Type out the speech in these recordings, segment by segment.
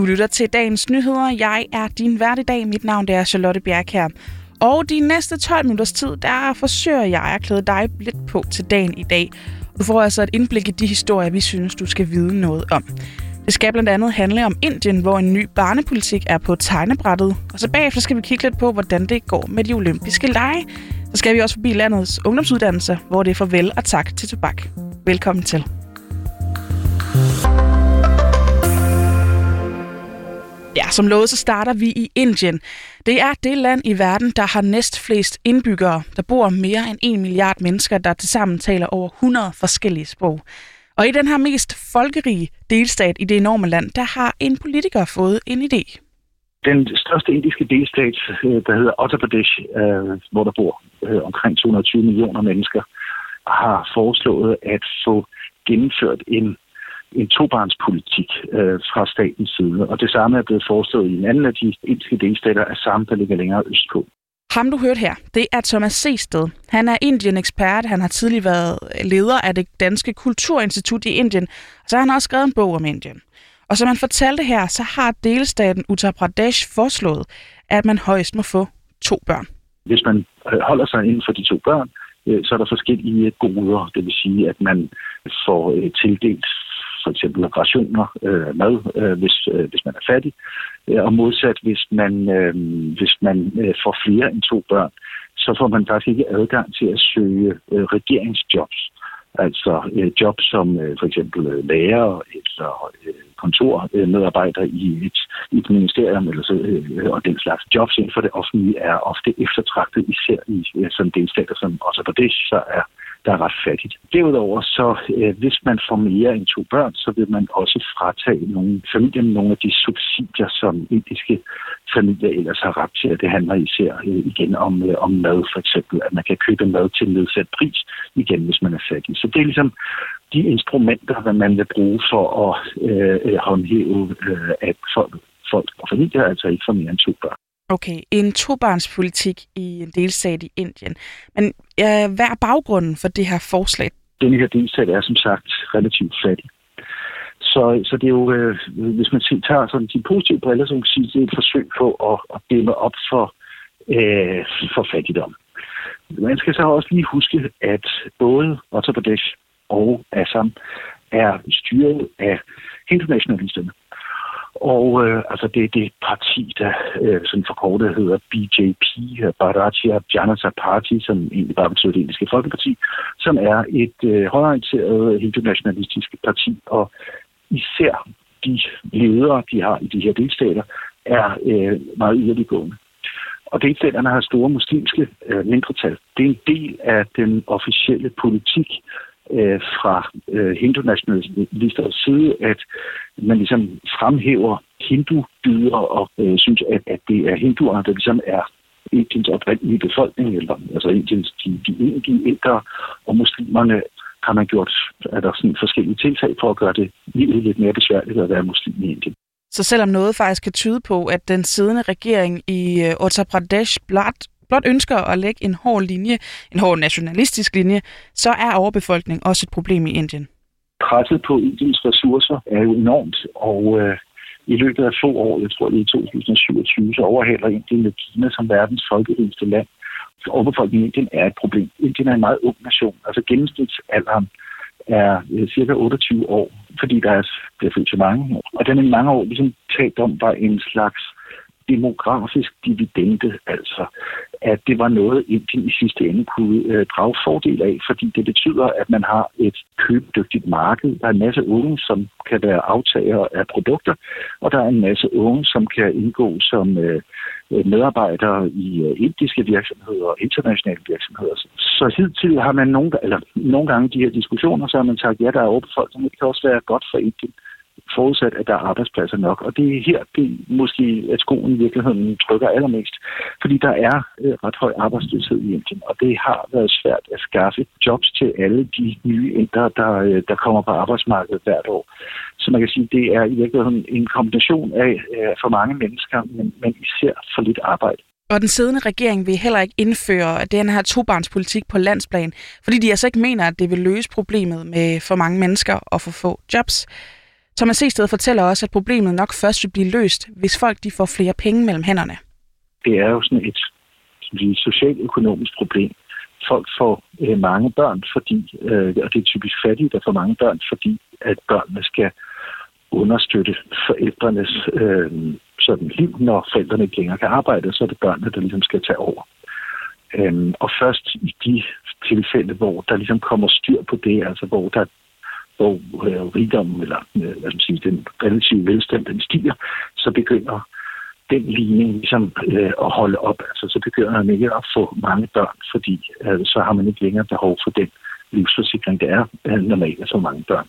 Du lytter til dagens nyheder. Jeg er din vært i dag. Mit navn er Charlotte Bjerkjær. Og de næste 12 minutters tid, der forsøger jeg at klæde dig lidt på til dagen i dag. Du får altså et indblik i de historier, vi synes, du skal vide noget om. Det skal blandt andet handle om Indien, hvor en ny barnepolitik er på tegnebrættet. Og så bagefter skal vi kigge lidt på, hvordan det går med de olympiske lege. Så skal vi også forbi landets ungdomsuddannelser, hvor det er farvel og tak til tobak. Velkommen til. Ja, som lovet, så starter vi i Indien. Det er det land i verden, der har næstflest indbyggere. Der bor mere end 1 milliard mennesker, der tilsammen taler over 100 forskellige sprog. Og i den her mest folkerige delstat i det enorme land, der har en politiker fået en idé. Den største indiske delstat, der hedder Uttar Pradesh, hvor der bor omkring 220 millioner mennesker, har foreslået at få gennemført en tobarnspolitik fra statens side. Og det samme er blevet foreslået i en anden af de indiske delstater, Assam, der ligger længere østpå. Ham du hørte her, det er Thomas Sehsted. Han er Indien-ekspert. Han har tidligere været leder af det danske kulturinstitut i Indien. Så han har også skrevet en bog om Indien. Og som han fortalte her, så har delstaten Uttar Pradesh foreslået, at man højst må få 2 børn. Hvis man holder sig inden for de 2 børn, så er der forskellige goder. Det vil sige, at man får tildelt for eksempel rationer, mad, hvis man er fattig. Og modsat, hvis man får flere end 2 børn, så får man faktisk ikke adgang til at søge regeringsjobs. Altså job som for eksempel lærer eller kontormedarbejder i et ministerium eller så, og den slags jobs inden for det offentlige er ofte eftertragtet, især i sådan delstater som også på det, så der er ret fattigt. Derudover så, hvis man får mere end 2 børn, så vil man også fratage nogle af de subsidier, som indiske familier ellers har ret til. Det handler især igen om mad, for eksempel, at man kan købe mad til nedsat pris, igen hvis man er fattig. Så det er ligesom de instrumenter, hvad man vil bruge for at håndhæve, at folk og familier altså ikke får mere end 2 børn. Okay, en tobarnspolitik i en delstat i Indien. Men hvad er baggrunden for det her forslag? Den her delstat er som sagt relativt fattig. Så det er jo, hvis man tager sådan de positive briller, så kan man sige, det er et forsøg på at dæmme op for fattigdom. Man skal så også lige huske, at både Uttar Pradesh og Assam er styret af hindu-nationalisterne. Og altså det er det parti, der sådan forkortet hedder BJP, Bharatiya Janata Party, som egentlig bare betyder det indiske folkeparti, som er et højreorienteret hindu-nationalistisk parti, og især de ledere, de har i de her delstater, er meget yderliggående. Og delstaterne har store muslimske mindretal. Det er en del af den officielle politik fra hindu-nationalisters side, at man ligesom fremhæver hindu-dyder og synes, at det er hinduer, der ligesom er Indiens oprindelige befolkning, eller altså Indiens de egentlige indere, og muslimerne har man gjort, at der er sådan forskellige tiltag for at gøre det livet lidt mere besværligt at være muslim i Indien. Så selvom noget faktisk kan tyde på, at den siddende regering i Uttar Pradesh blot ønsker at lægge en hård linje, en hård nationalistisk linje, så er overbefolkning også et problem i Indien. Presset på Indiens ressourcer er jo enormt, og i løbet af få år, jeg tror det er i 2027, så overhaler Indien med Kina som verdens folkerigeste land. Overbefolkningen i Indien er et problem. Indien er en meget ung nation. Altså gennemsnitsalderen er cirka 28 år, fordi der er født så mange. Og den i mange år ligesom talt om var en slags demografisk dividende, altså at det var noget, Indien i sidste ende kunne drage fordel af, fordi det betyder, at man har et købedygtigt marked. Der er en masse unge, som kan være aftagere af produkter, og der er en masse unge, som kan indgå som medarbejdere i indiske virksomheder og internationale virksomheder. Så hidtil har man nogle gange de her diskussioner, så har man sagt, ja, der er overbefolkning, det kan også være godt for Indien, forudsat, at der er arbejdspladser nok. Og det er her, måske at skoen i virkeligheden trykker allermest, fordi der er ret høj arbejdsløshed i Indien, og det har været svært at skaffe jobs til alle de nye indere, der kommer på arbejdsmarkedet hvert år. Så man kan sige, det er i virkeligheden en kombination af for mange mennesker, men især for lidt arbejde. Og den siddende regering vil heller ikke indføre den her tobarnspolitik på landsplan, fordi de altså ikke mener, at det vil løse problemet med for mange mennesker og for få jobs. Thomas Sehsted fortæller også, at problemet nok først vil blive løst, hvis folk de får flere penge mellem hænderne. Det er jo sådan et socialøkonomisk problem. Folk får mange børn, fordi, og det er typisk fattige, der får mange børn, fordi at børnene skal understøtte forældrenes sådan liv, når forældrene ikke længere kan arbejde, så er det børnene, der ligesom skal tage over. Og først i de tilfælde, hvor der ligesom kommer styr på det, altså hvor rigdommen eller den relative velstand, den stiger, så begynder den ligning ligesom at holde op. Altså så begynder man ikke at få mange børn, fordi så har man ikke længere behov for den livsforsikring, der er normalt at få mange børn.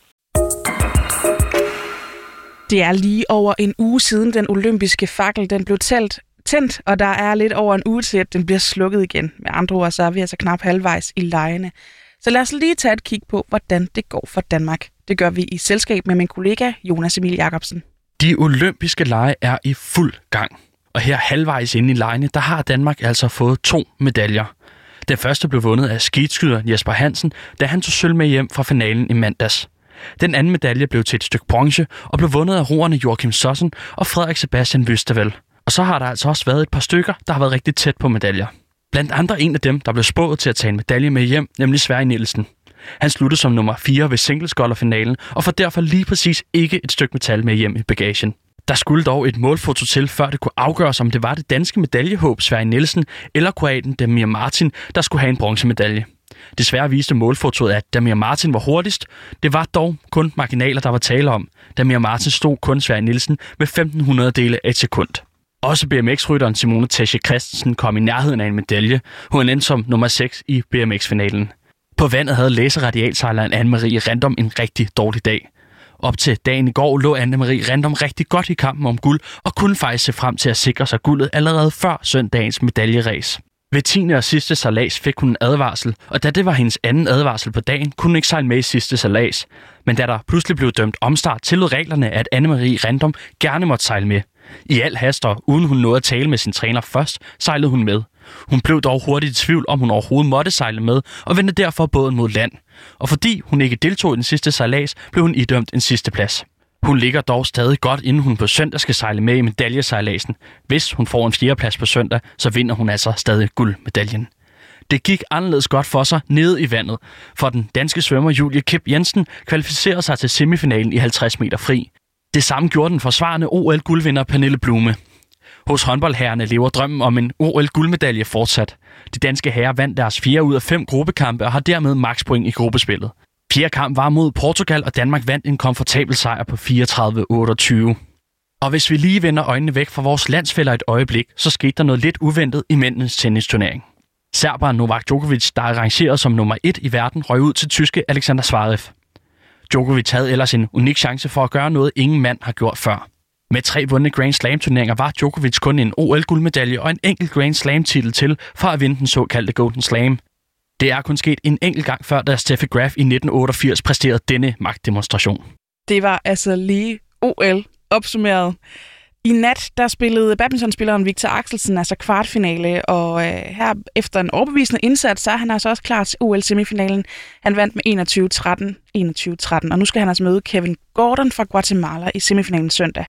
Det er lige over en uge siden den olympiske fakkel den blev tændt, og der er lidt over en uge til, at den bliver slukket igen. Med andre ord, så er vi altså knap halvvejs i legene. Så lad os lige tage et kig på, hvordan det går for Danmark. Det gør vi i selskab med min kollega Jonas Emil Jacobsen. De olympiske lege er i fuld gang. Og her halvvejs inde i legene, der har Danmark altså fået 2 medaljer. Den første blev vundet af skiskyder Jesper Hansen, da han tog sølv med hjem fra finalen i mandags. Den anden medalje blev til et stykke bronze og blev vundet af roerne Joachim Sossen og Frederik Sebastian Vystavel. Og så har der altså også været et par stykker, der har været rigtig tæt på medaljer. Blandt andre en af dem, der blev spået til at tage en medalje med hjem, nemlig Sverre Nielsen. Han sluttede som nummer 4 ved singlescullerfinalen og får derfor lige præcis ikke et stykke metal med hjem i bagagen. Der skulle dog et målfoto til, før det kunne afgøres, om det var det danske medaljehåb Sverre Nielsen eller kroaten Damir Martin, der skulle have en bronzemedalje. Desværre viste målfotoet, at Damir Martin var hurtigst. Det var dog kun marginaler, der var tale om. Damir Martin stod kun Sverre Nielsen med 1500 dele af et sekund. Også BMX-rytteren Simone Tesche Christensen kom i nærheden af en medalje. Hun endte som nummer 6 i BMX-finalen. På vandet havde laserradialsejleren Anne-Marie Random en rigtig dårlig dag. Op til dagen i går lå Anne-Marie Random rigtig godt i kampen om guld og kunne faktisk se frem til at sikre sig guldet allerede før søndagens medaljeræs. Ved 10. og sidste sejlads fik hun en advarsel, og da det var hendes anden advarsel på dagen, kunne hun ikke sejle med i sidste sejlads. Men da der pludselig blev dømt omstart, tillod reglerne, at Anne-Marie Random gerne måtte sejle med. I al hast og uden hun nåede at tale med sin træner først, sejlede hun med. Hun blev dog hurtigt i tvivl, om hun overhovedet måtte sejle med, og vendte derfor båden mod land. Og fordi hun ikke deltog i den sidste sejlads, blev hun idømt en sidste plads. Hun ligger dog stadig godt, inden hun på søndag skal sejle med i medaljesejladsen. Hvis hun får en 4. plads på søndag, så vinder hun altså stadig guldmedaljen. Det gik anderledes godt for sig nede i vandet, for den danske svømmer Julie Kip Jensen kvalificerede sig til semifinalen i 50 meter fri. Det samme gjorde den forsvarende OL-guldvinder Pernille Blume. Hos håndboldherrerne lever drømmen om en OL-guldmedalje fortsat. De danske herrer vandt deres 4 ud af 5 gruppekampe og har dermed makspoint i gruppespillet. 4. kamp var mod Portugal, og Danmark vandt en komfortabel sejr på 34-28. Og hvis vi lige vender øjnene væk fra vores landsfæller et øjeblik, så skete der noget lidt uventet i mændenes tennisturnering. Serberen Novak Djokovic, der er rangeret som nummer 1 i verden, røg ud til tyske Alexander Zverev. Djokovic havde ellers en unik chance for at gøre noget, ingen mand har gjort før. Med 3 vundne Grand Slam-turneringer var Djokovic kun en OL-guldmedalje og en enkelt Grand Slam-titel til for at vinde den såkaldte Golden Slam. Det er kun sket en enkelt gang før, da Steffi Graf i 1988 præsterede denne magtdemonstration. Det var altså lige OL opsummeret. I nat, der spillede badmintonspilleren Victor Axelsen altså kvartfinale, og her efter en overbevisende indsats, så er han altså også klar til OL-semifinalen. Han vandt med 21-13, og nu skal han altså møde Kevin Gordon fra Guatemala i semifinalen søndag.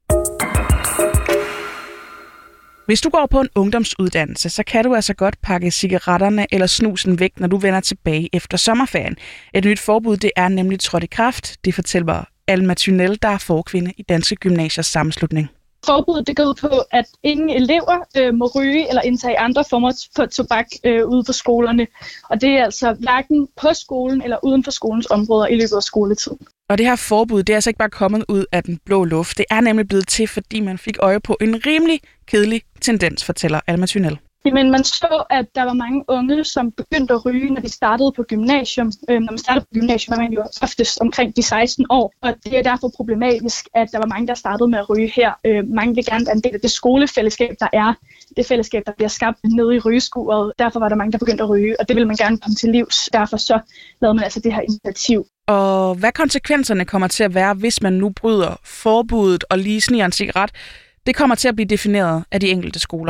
Hvis du går på en ungdomsuddannelse, så kan du altså godt pakke cigaretterne eller snusen væk, når du vender tilbage efter sommerferien. Et nyt forbud, det er nemlig trådt i kraft. Det fortæller Alma Thynel, der er forkvinde i Danske Gymnasiers Sammenslutning. Forbuddet det går ud på, at ingen elever må ryge eller indtage andre former for tobak ude på skolerne. Og det er altså hverken på skolen eller uden for skolens områder i løbet af skoletiden. Og det her forbud, det er altså ikke bare kommet ud af den blå luft. Det er nemlig blevet til, fordi man fik øje på en rimelig kedelig tendens, fortæller Alma Thynel. Men man så, at der var mange unge, som begyndte at ryge, når de startede på gymnasium. Når man startede på gymnasium, var man jo oftest omkring de 16 år. Og det er derfor problematisk, at der var mange, der startede med at ryge her. Mange vil gerne være en del af det skolefællesskab, der er. Det fællesskab, der bliver skabt nede i rygeskuret. Derfor var der mange, der begyndte at ryge, og det vil man gerne komme til livs. Derfor så lavede man altså det her initiativ. Og hvad konsekvenserne kommer til at være, hvis man nu bryder forbuddet og lige sniger en cigaret, det kommer til at blive defineret af de enkelte skoler.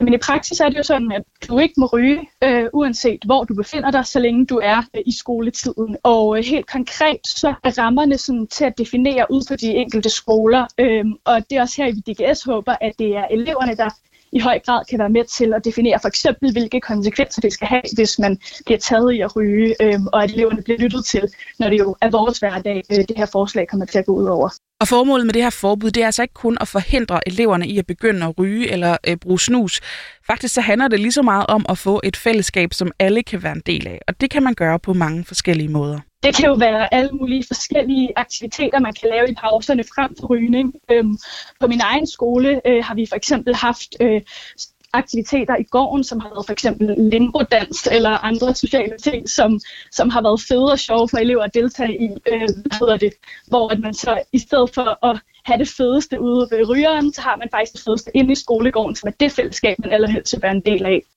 Men i praksis er det jo sådan, at du ikke må ryge, uanset hvor du befinder dig, så længe du er i skoletiden. Og helt konkret, så er rammerne sådan til at definere ud for de enkelte skoler. Og det er også her, i DGS håber, at det er eleverne, der i høj grad kan være med til at definere for eksempel, hvilke konsekvenser det skal have, hvis man bliver taget i at ryge, og at eleverne bliver lyttet til, når det jo er vores hverdag, det her forslag kommer til at gå ud over. Og formålet med det her forbud, det er altså ikke kun at forhindre eleverne i at begynde at ryge eller bruge snus. Faktisk så handler det lige så meget om at få et fællesskab, som alle kan være en del af, og det kan man gøre på mange forskellige måder. Det kan jo være alle mulige forskellige aktiviteter, man kan lave i pauserne frem for rygning. På min egen skole har vi for eksempel haft aktiviteter i gården, som har været for eksempel limbo-dans eller andre sociale ting, som har været fede og sjove for elever at deltage i, hvor at man så i stedet for at have det fedeste ude ved rygeren, så har man faktisk det fedeste inde i skolegården, som er det fællesskab, man allerhelst vil være en del af.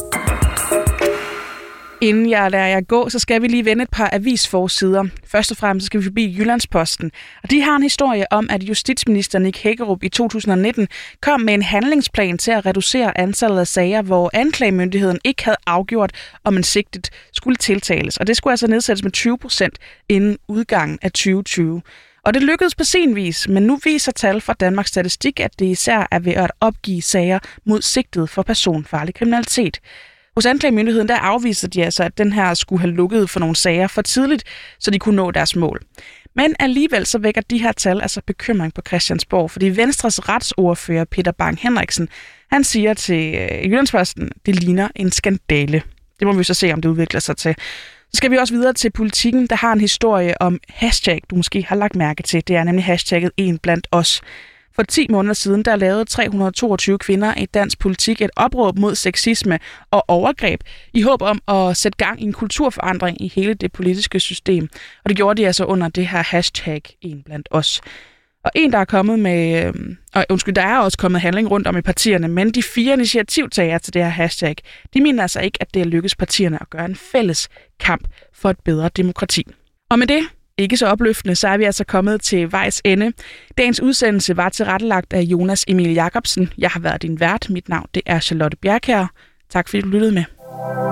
Inden jeg lader jer gå, så skal vi lige vende et par avisforsider. Først og fremmest skal vi forbi Jyllandsposten. Og de har en historie om, at justitsminister Nick Hækkerup i 2019 kom med en handlingsplan til at reducere antallet af sager, hvor anklagemyndigheden ikke havde afgjort, om en sigtet skulle tiltales. Og det skulle altså nedsættes med 20% inden udgangen af 2020. Og det lykkedes på sin vis, men nu viser tal fra Danmarks Statistik, at det især er ved at opgive sager mod sigtet for personfarlig kriminalitet. Hos anklagemyndigheden der afviser de altså, at den her skulle have lukket for nogle sager for tidligt, så de kunne nå deres mål. Men alligevel så vækker de her tal altså bekymring på Christiansborg, fordi Venstres retsordfører Peter Bang Henriksen, han siger til Jyllandsposten, det ligner en skandale. Det må vi så se, om det udvikler sig til. Så skal vi også videre til Politikken, der har en historie om hashtag, du måske har lagt mærke til. Det er nemlig hashtagget en blandt os. For 10 måneder siden, der lavede 322 kvinder i dansk politik et opråb mod sexisme og overgreb i håb om at sætte gang i en kulturforandring i hele det politiske system. Og det gjorde de altså under det her hashtag en blandt os. Og der er også kommet handling rundt om i partierne, men de 4 initiativtagere til det her hashtag, de mener altså ikke, at det er lykkedes partierne at gøre en fælles kamp for et bedre demokrati. Og med det, ikke så opløftende, så er vi altså kommet til vejs ende. Dagens udsendelse var tilrettelagt af Jonas Emil Jacobsen. Jeg har været din vært. Mit navn det er Charlotte Bjerkjær. Tak fordi du lyttede med.